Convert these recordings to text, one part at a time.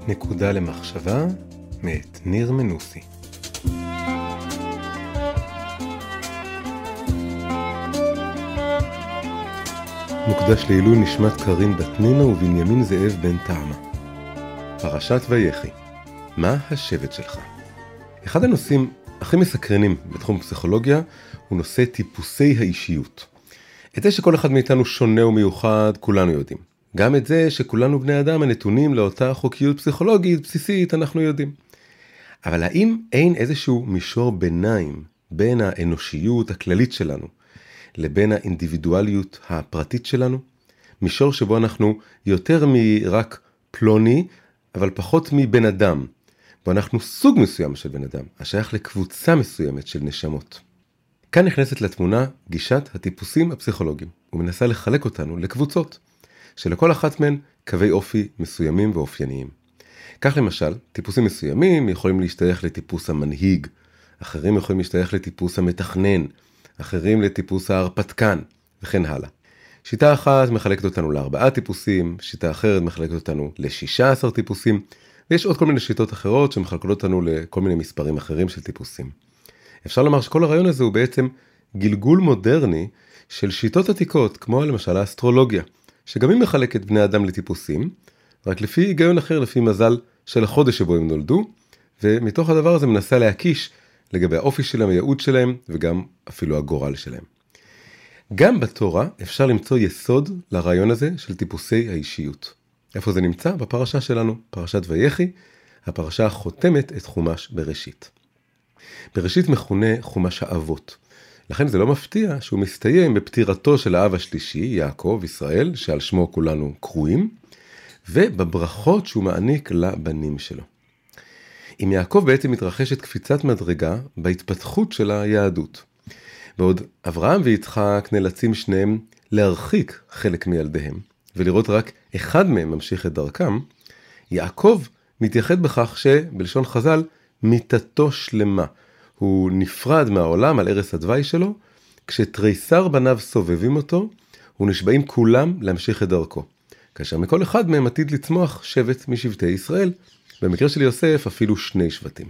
נקודה למחשבה מאת ניר מנוסי. מוקדש לעילוי נשמת קרין בת נינה ובנימין זאב בן טעמה. פרשת ויחי. מה השבט שלך? אחד הנושאים הכי מסקרנים בתחום פסיכולוגיה הוא נושא טיפוסי האישיות. את זה שכל אחד מאיתנו שונה ומיוחד כולנו יודעים. גם את זה שכולנו בני אדם הנתונים לאותה חוקיות פסיכולוגית בסיסית אנחנו יודעים. אבל האם אין איזשהו מישור ביניים בין האנושיות הכללית שלנו לבין האינדיבידואליות הפרטית שלנו? מישור שבו אנחנו יותר מרק פלוני, אבל פחות מבן אדם. בו אנחנו סוג מסוים של בן אדם, השייך לקבוצה מסוימת של נשמות. כאן נכנסת לתמונה גישת הטיפוסים הפסיכולוגיים, ומנסה לחלק אותנו לקבוצות, שלכל אחת מהן קווי אופי מסוימים ואופייניים. כך למשל, טיפוסים מסוימים יכולים להשתייך לטיפוס המנהיג, אחרים יכולים להשתייך לטיפוס המתכנן, אחרים לטיפוס ההרפתקן, וכן הלאה. שיטה אחת מחלקת אותנו ל4 טיפוסים, שיטה אחרת מחלקת אותנו ל16 טיפוסים, ויש עוד כל מיני שיטות אחרות שמחלקות אותנו לכל מיני מספרים אחרים של טיפוסים. אפשר לומר שכל הרעיון הזה הוא בעצם גלגול מודרני של שיטות עתיקות, כמו למשל האסטרולוגיה, שגם היא מחלקת בני אדם לטיפוסים, רק לפי היגיון אחר, לפי מזל של החודש שבו הם נולדו, ומתוך הדבר הזה מנסה להקיש לגבי האופי שלהם, הייעוד שלהם, וגם אפילו הגורל שלהם. גם בתורה אפשר למצוא יסוד לרעיון הזה של טיפוסי האישיות. איפה זה נמצא? בפרשה שלנו, פרשת ויחי, הפרשה החותמת את חומש בראשית. בראשית מכונה חומש האבות. לכן זה לא מפתיע שהוא מסתיים בפטירתו של האב השלישי, יעקב, ישראל, שעל שמו כולנו קרויים, ובברכות שהוא מעניק לבנים שלו. עם יעקב בעצם מתרחשת קפיצת מדרגה בהתפתחות של היהדות. בעוד אברהם ויצחק נאלצים שניהם להרחיק חלק מילדיהם, ולראות רק אחד מהם ממשיך את דרכם, יעקב מתייחד בכך שבלשון חז"ל, מיתתו שלמה. הוא נפרד מהעולם על ערש הדווי שלו, כשתריסר בניו סובבים אותו, ונשבעים כולם להמשיך את דרכו. כאשר מכל אחד מהם עתיד לצמוח שבט משבטי ישראל, במקרה של יוסף אפילו 2 שבטים.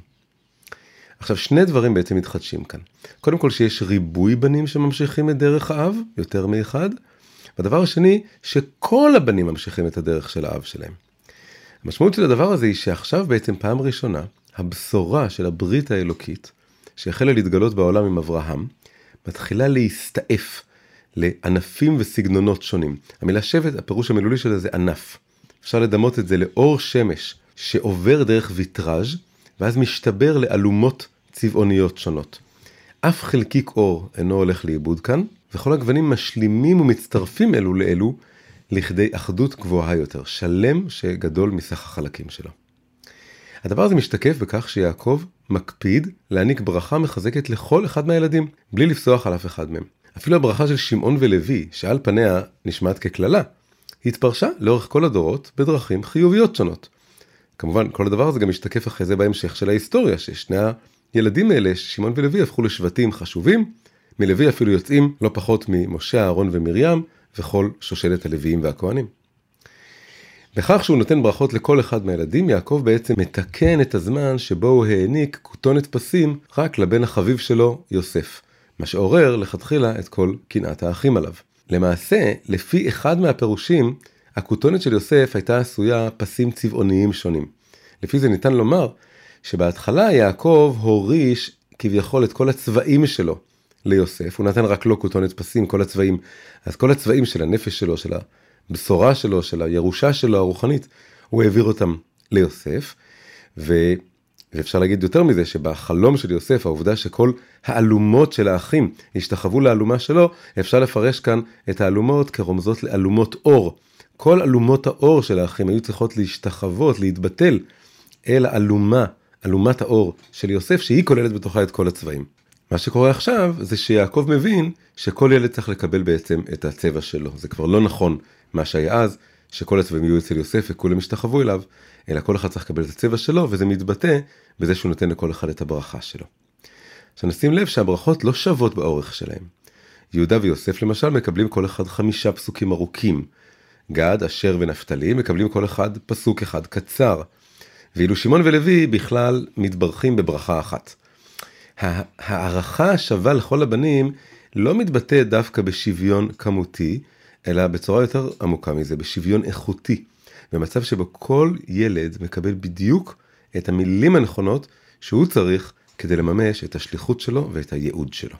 עכשיו 2 דברים בעצם מתחדשים כאן. קודם כל שיש ריבוי בנים שממשיכים את דרך האב, יותר מאחד, והדבר השני שכל הבנים ממשיכים את הדרך של האב שלהם. המשמעות של הדבר הזה היא שעכשיו בעצם פעם ראשונה, הבשורה של הברית האלוקית, שהחלה להתגלות בעולם עם אברהם, מתחילה להסתעף לענפים וסגנונות שונים. המילה שבט, הפירוש המילולי שלה זה ענף. אפשר לדמות את זה לאור שמש שעובר דרך ויטראז' ואז משתבר לאלומות צבעוניות שונות. אף חלקיק אור אינו הולך לאיבוד כאן, וכל הגוונים משלימים ומצטרפים אלו לאלו לכדי אחדות גבוהה יותר, שלם שגדול מסך החלקים שלו. הדבר הזה משתקף בכך שיעקב מקפיד להעניק ברכה מחזקת לכל אחד מהילדים, בלי לפסוח על אף אחד מהם. אפילו הברכה של שמעון ולוי, שעל פניה נשמעת ככללה, התפרשה לאורך כל הדורות בדרכים חיוביות שונות. כמובן, כל הדבר הזה גם משתקף אחרי זה בהמשך של ההיסטוריה, ששני הילדים האלה, שמעון ולוי, הפכו לשבטים חשובים, מלוי אפילו יוצאים לא פחות ממשה, אהרון ומרים, וכל שושלת הלוויים והכהנים. בכך שהוא נותן ברכות לכל אחד מהילדים, יעקב בעצם מתקן את הזמן שבו הוא העניק כותונת פסים רק לבן החביב שלו, יוסף, מה שעורר לכתחילה את כל קנאת האחים עליו. למעשה, לפי אחד מהפירושים, הכותונת של יוסף הייתה עשויה פסים צבעוניים שונים. לפי זה ניתן לומר שבהתחלה יעקב הוריש כביכול את כל הצבעים שלו ליוסף, הוא נתן רק לו כותונת פסים, כל הצבעים, אז כל הצבעים של הנפש שלו, של הבשורה שלו, של הירושה שלו הרוחנית, הוא העביר אותם ליוסף, ואפשר להגיד יותר מזה, שבחלום של יוסף, העובדה שכל האלומות של האחים השתחוו לאלומה שלו, אפשר לפרש כאן את האלומות כרומזות לאלומות אור. כל אלומות האור של האחים היו צריכות להשתחוות, להתבטל אל האלומה, אלומת האור של יוסף, שהיא כוללת בתוכה את כל הצבעים. מה שקורה עכשיו זה שיעקב מבין שכל ילד צריך לקבל בעצם את הצבע שלו. זה כבר לא נכון מה שהיה אז, שכל הצבעים יהיו אצל יוסף וכולם השתחוו אליו, אלא כל אחד צריך לקבל את הצבע שלו, וזה מתבטא בזה שהוא נותן לכל אחד את הברכה שלו. עכשיו נשים לב שהברכות לא שוות באורך שלהם. יהודה ויוסף למשל מקבלים כל אחד 5 פסוקים ארוכים. גד, אשר ונפתלי מקבלים כל אחד פסוק אחד קצר. ואילו שמעון ולוי בכלל מתברכים בברכה אחת. הערכה השווה לכל הבנים לא מתבטא דווקא בשוויון כמותי, אלא בצורה יותר עמוקה מזה, בשוויון איכותי, במצב שבו כל ילד מקבל בדיוק את המילים הנכונות שהוא צריך כדי לממש את השליחות שלו ואת הייעוד שלו.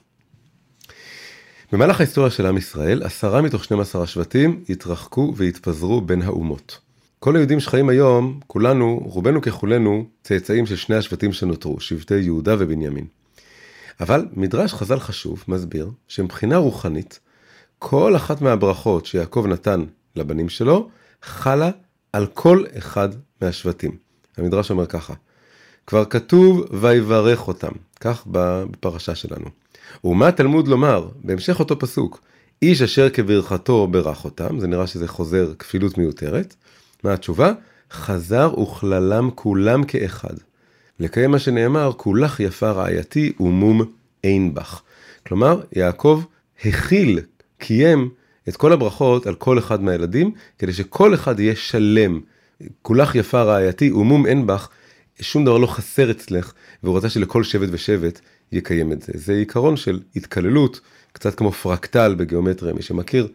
במהלך ההיסטוריה של עם ישראל, 10 מתוך 12 השבטים התרחקו והתפזרו בין האומות. כל היהודים שחיים היום, כולנו, רובנו ככולנו, צאצאים של שני השבטים שנותרו, שבטי יהודה ובנימין. אבל מדרש חז"ל חשוב מסביר שמבחינה רוחנית, כל אחת מהברכות שיעקב נתן לבנים שלו, חלה על כל אחד מהשבטים. המדרש אומר ככה, כבר כתוב ויברך אותם, כך בפרשה שלנו. ומה תלמוד לומר, בהמשך אותו פסוק, איש אשר כברכתו ברך אותם, זה נראה שזה חוזר כפילות מיותרת. מה התשובה? חזר וכללם כולם כאחד. לקיים מה שנאמר, כולך יפה רעייתי ומום אין בך. כלומר, יעקב הכיל, קיים את כל הברכות על כל אחד מהילדים, כדי שכל אחד יהיה שלם. כולך יפה רעייתי ומום אין בך, שום דבר לא חסר אצלך, והוא רוצה שלכל שבט ושבט יקיים את זה. זה עיקרון של התקללות, קצת כמו פרקטל בגיאומטריה, מי שמכיר,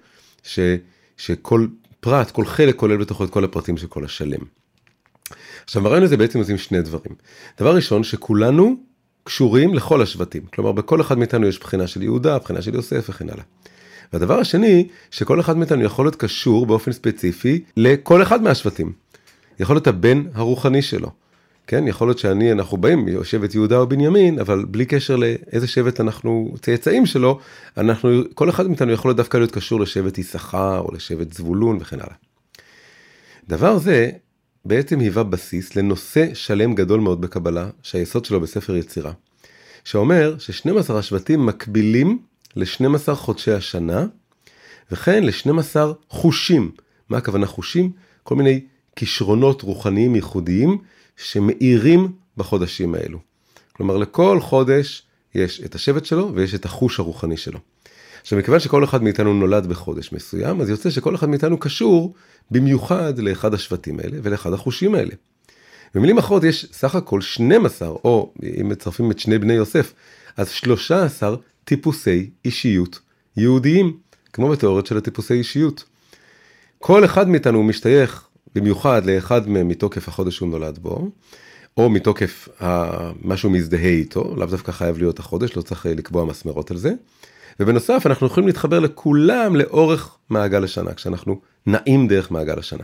שכל פרט, כל חלק כולל בתוכו את כל הפרטים של כל השלם. עכשיו, הרעיון הזה בעצם עושים שני דברים. דבר ראשון, שכולנו קשורים לכל השבטים. כלומר, בכל אחד מאיתנו יש בחינה של יהודה, בחינה של יוסף וכן הלאה. והדבר השני, שכל אחד מאיתנו יכול להיות קשור באופן ספציפי לכל אחד מהשבטים. יכול להיות הבן הרוחני שלו. כן, יכול להיות אנחנו באים משבט יהודה או בנימין, אבל בלי קשר לאיזה שבט אנחנו צאצאים שלו, כל אחד מאיתנו יכול להיות דווקא להיות קשור לשבט יששכר או לשבט זבולון וכן הלאה. דבר זה בעצם היווה בסיס לנושא שלם גדול מאוד בקבלה, שהיסוד שלו בספר יצירה, שאומר ש12 השבטים מקבילים ל12 חודשי השנה, וכן ל12 חושים. מה הכוונה חושים? כל מיני כישרונות רוחניים ייחודיים, שמאירים בחודשים האלו. כלומר, לכל חודש יש את השבט שלו ויש את החוש הרוחני שלו. עכשיו, מכיוון שכל אחד מאיתנו נולד בחודש מסוים, אז יוצא שכל אחד מאיתנו קשור במיוחד לאחד השבטים האלה ולאחד החושים האלה. במילים אחרות יש סך הכל 12, או אם מצרפים את שני בני יוסף, אז 13 טיפוסי אישיות יהודיים, כמו בתיאוריות של הטיפוסי אישיות. כל אחד מאיתנו משתייך במיוחד לאחד מהם מתוקף החודש שהוא נולד בו, או מתוקף משהו מזדהה איתו, לאו דווקא חייב להיות החודש, לא צריך לקבוע מסמרות על זה. ובנוסף, אנחנו יכולים להתחבר לכולם לאורך מעגל השנה, כשאנחנו נעים דרך מעגל השנה.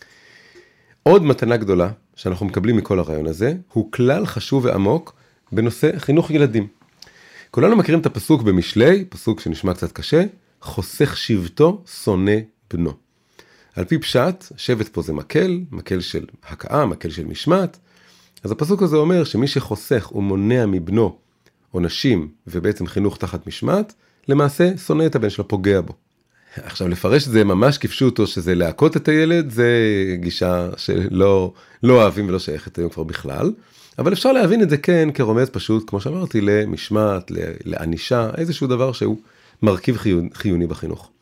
עוד מתנה גדולה שאנחנו מקבלים מכל הרעיון הזה, הוא כלל חשוב ועמוק בנושא חינוך ילדים. כולנו מכירים את הפסוק במשלי, פסוק שנשמע קצת קשה, חוסך שבטו, שונא בנו. על פי פשט, שבט פה זה מקל של הקאה, מקל של משמעת. אז הפסוק הזה אומר שמי שחוסך ומונע מבנו עונשים ובעצם חינוך תחת משמעת, למעשה שונא את הבן שלו, פוגע בו. עכשיו לפרש את זה ממש כפשוטו שזה להכות את הילד, זה גישה שלא אוהבים ולא שייכת היום כבר בכלל. אבל אפשר להבין את זה כן כרומז פשוט, כמו שאמרתי, למשמעת, לענישה, איזשהו דבר שהוא מרכיב חיוני בחינוך.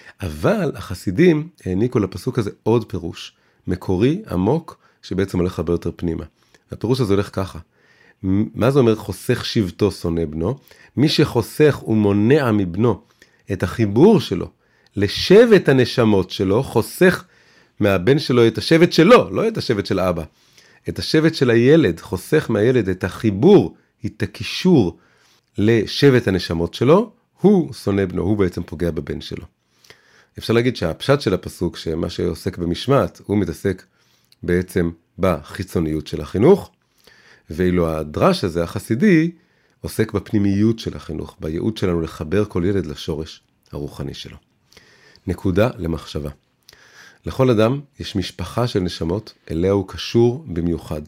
אבל החסידים העניקו לפסוק הזה עוד פירוש, מקורי, עמוק, שבעצם הולך הרבה יותר פנימה. הפירוש הזה הולך ככה. מה זה אומר חוסך שבטו שונא בנו? מי שחוסך ומונע מבנו את החיבור שלו לשבט הנשמות שלו, חוסך מהבן שלו את השבט שלו, לא את השבט של אבא. את השבט של הילד, חוסך מהילד את החיבור, את הקישור לשבט הנשמות שלו, הוא שונא בנו, הוא בעצם פוגע בבן שלו. אפשר להגיד שהפשט של הפסוק, שמה שעוסק במשמעת, הוא מתעסק בעצם בחיצוניות של החינוך, ואילו הדרש הזה, החסידי, עוסק בפנימיות של החינוך, בייעוד שלנו לחבר כל ילד לשורש הרוחני שלו. נקודה למחשבה. לכל אדם יש משפחה של נשמות, אליה הוא קשור במיוחד.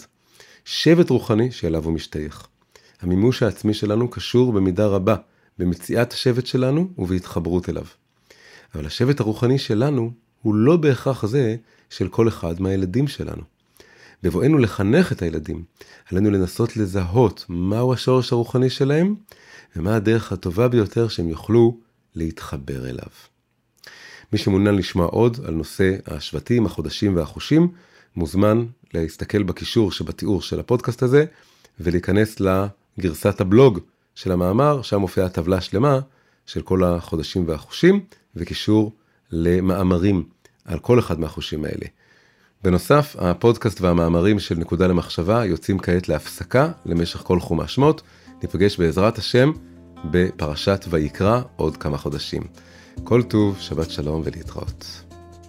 שבט רוחני שאליו הוא משתייך. המימוש העצמי שלנו קשור במידה רבה, במציאת השבט שלנו ובהתחברות אליו. אבל השבט הרוחני שלנו הוא לא בהכרח זה של כל אחד מהילדים שלנו. בבואנו לחנך את הילדים, עלינו לנסות לזהות מהו השורש הרוחני שלהם, ומה הדרך הטובה ביותר שהם יוכלו להתחבר אליו. מי שמעוניין לשמוע עוד על נושא השבטים, החודשים והחושים, מוזמן להסתכל בקישור שבתיאור של הפודקאסט הזה, ולהיכנס לגרסת הבלוג של המאמר, שם מופיעה טבלה שלמה של כל החודשים והחושים, וקישור למאמרים על כל אחד מהחושים האלה. בנוסף, הפודקאסט והמאמרים של נקודה למחשבה יוצאים כעת להפסקה למשך כל חומש שמות. ניפגש בעזרת השם בפרשת ויקרא עוד כמה חודשים. כל טוב, שבת שלום ולהתראות.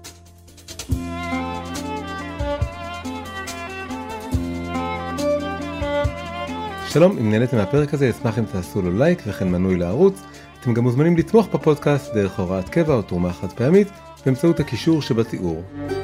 שלום, אם נהניתם מהפרק הזה, אשמח אם תעשו לו לייק וכן מנוי לערוץ. אתם גם מוזמנים לתמוך בפודקאסט דרך הוראת קבע או תרומה חד פעמית באמצעות הקישור שבתיאור.